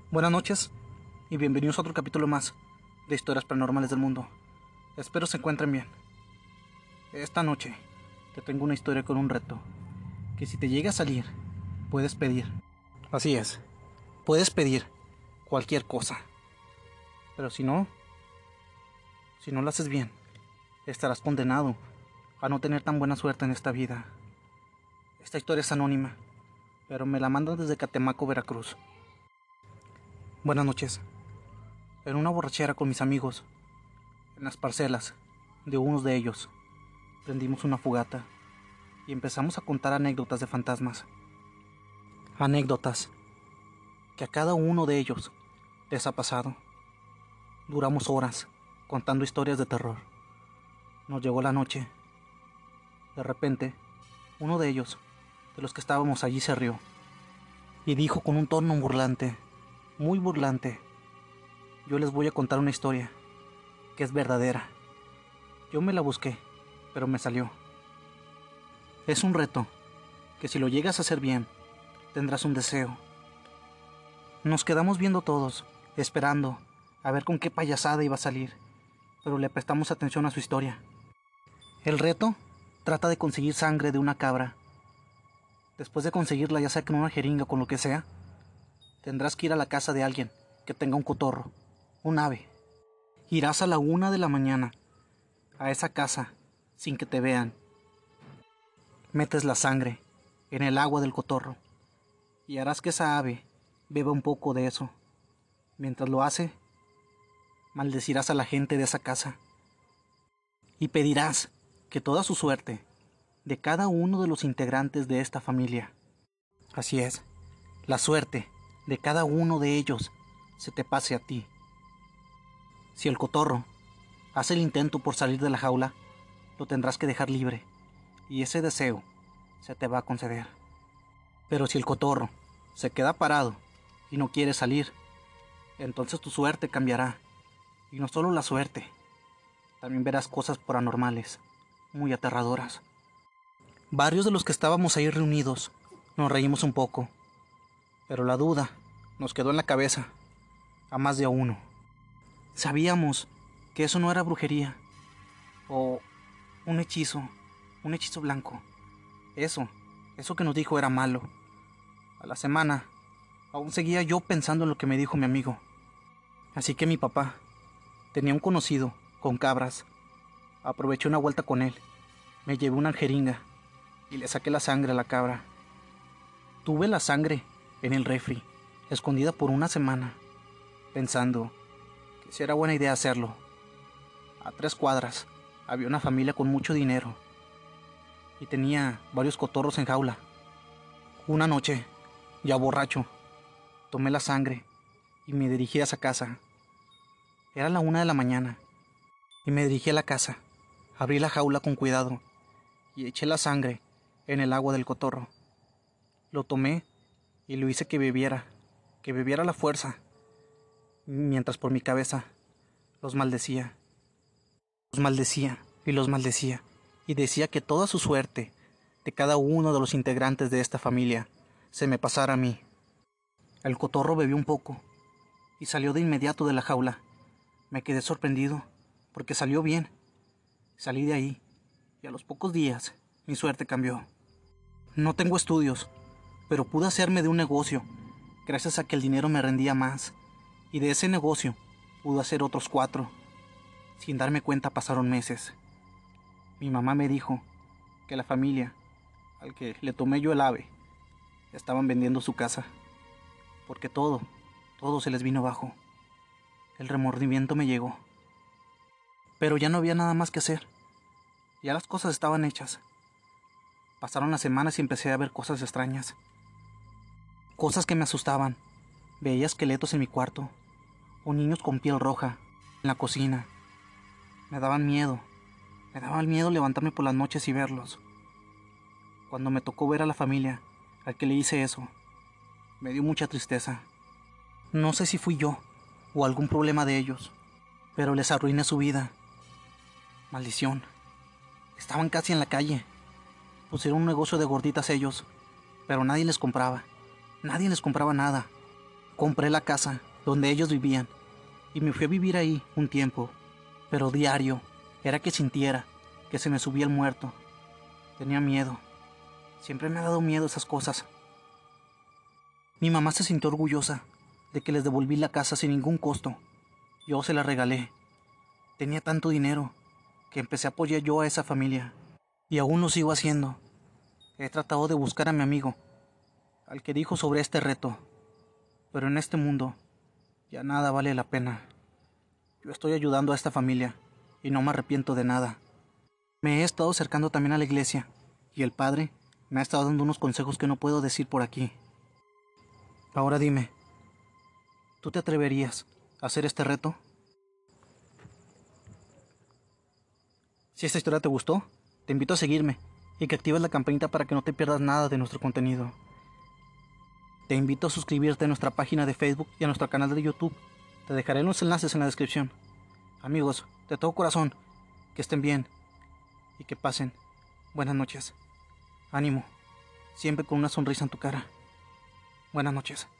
Buenas noches y bienvenidos a otro capítulo más de Historias Paranormales del Mundo. Espero se encuentren bien. Esta noche te tengo una historia con un reto, que si te llega a salir, puedes pedir. Así es, puedes pedir cualquier cosa. Pero si no lo haces bien, estarás condenado a no tener tan buena suerte en esta vida. Esta historia es anónima, pero me la mandan desde Catemaco, Veracruz. Buenas noches. En una borrachera con mis amigos, en las parcelas de unos de ellos, prendimos una fogata y empezamos a contar anécdotas de fantasmas. Anécdotas que a cada uno de ellos les ha pasado. Duramos horas contando historias de terror. Nos llegó la noche. De repente, uno de ellos, de los que estábamos allí, se rió y dijo con un tono burlante, muy burlante: yo les voy a contar una historia que es verdadera. Yo me la busqué, pero me salió. Es un reto que si lo llegas a hacer bien, tendrás un deseo. Nos quedamos viendo todos, esperando a ver con qué payasada iba a salir, pero le prestamos atención a su historia. El reto trata de conseguir sangre de una cabra. Después de conseguirla, ya sea con una jeringa o con lo que sea, tendrás que ir a la casa de alguien que tenga un cotorro, un ave. Irás a la 1 de la mañana a esa casa sin que te vean. Metes la sangre en el agua del cotorro y harás que esa ave beba un poco de eso. Mientras lo hace, maldecirás a la gente de esa casa y pedirás que toda su suerte de cada uno de los integrantes de esta familia, así es, la suerte de cada uno de ellos, se te pase a ti. Si el cotorro hace el intento por salir de la jaula, lo tendrás que dejar libre y ese deseo se te va a conceder. Pero si el cotorro se queda parado y no quiere salir, entonces tu suerte cambiará. Y no solo la suerte, también verás cosas paranormales, muy aterradoras. Varios de los que estábamos ahí reunidos nos reímos un poco, pero la duda nos quedó en la cabeza a más de uno. Sabíamos que eso no era brujería o un hechizo blanco. Eso que nos dijo era malo. A la semana, aún seguía yo pensando en lo que me dijo mi amigo. Así que mi papá tenía un conocido con cabras. Aproveché una vuelta con él. Me llevé una jeringa y le saqué la sangre a la cabra. Tuve la sangre en el refri, escondida por una semana, pensando que si era buena idea hacerlo. A 3 cuadras había una familia con mucho dinero y tenía varios cotorros en jaula. Una noche, ya borracho, tomé la sangre y me dirigí a esa casa. Era la 1 de la mañana y me dirigí a la casa. Abrí la jaula con cuidado y eché la sangre en el agua del cotorro. Lo tomé y lo hice que bebiera a la fuerza, mientras por mi cabeza los maldecía y los maldecía, y decía que toda su suerte de cada uno de los integrantes de esta familia se me pasara a mí. El cotorro bebió un poco y salió de inmediato de la jaula. Me quedé sorprendido porque salió bien. Salí de ahí y a los pocos días mi suerte cambió. No tengo estudios, pero pude hacerme de un negocio gracias a que el dinero me rendía más, y de ese negocio pude hacer otros 4. Sin darme cuenta pasaron meses. Mi mamá me dijo que la familia al que le tomé yo el ave estaban vendiendo su casa, porque todo se les vino abajo. El remordimiento me llegó. Pero ya no había nada más que hacer. Ya las cosas estaban hechas. Pasaron las semanas y empecé a ver cosas extrañas. Cosas que me asustaban. Veía esqueletos en mi cuarto, o niños con piel roja en la cocina. Me daban miedo. Me daba miedo levantarme por las noches y verlos. Cuando me tocó ver a la familia al que le hice eso, me dio mucha tristeza. No sé si fui yo o algún problema de ellos, pero les arruiné su vida. Maldición. Estaban casi en la calle. Pusieron un negocio de gorditas ellos, pero nadie les compraba. Nadie les compraba nada. Compré la casa donde ellos vivían y me fui a vivir ahí un tiempo, pero diario era que sintiera que se me subía el muerto. Tenía miedo. Siempre me ha dado miedo esas cosas. Mi mamá se sintió orgullosa de que les devolví la casa sin ningún costo. Yo se la regalé. Tenía tanto dinero que empecé a apoyar yo a esa familia. Y aún lo sigo haciendo. He tratado de buscar a mi amigo, al que dijo sobre este reto. Pero en este mundo ya nada vale la pena. Yo estoy ayudando a esta familia y no me arrepiento de nada. Me he estado acercando también a la iglesia y el padre me ha estado dando unos consejos que no puedo decir por aquí. Ahora dime, ¿tú te atreverías a hacer este reto? Si esta historia te gustó, te invito a seguirme y que actives la campanita para que no te pierdas nada de nuestro contenido. Te invito a suscribirte a nuestra página de Facebook y a nuestro canal de YouTube. Te dejaré los enlaces en la descripción. Amigos, de todo corazón, que estén bien y que pasen buenas noches. Ánimo, siempre con una sonrisa en tu cara. Buenas noches.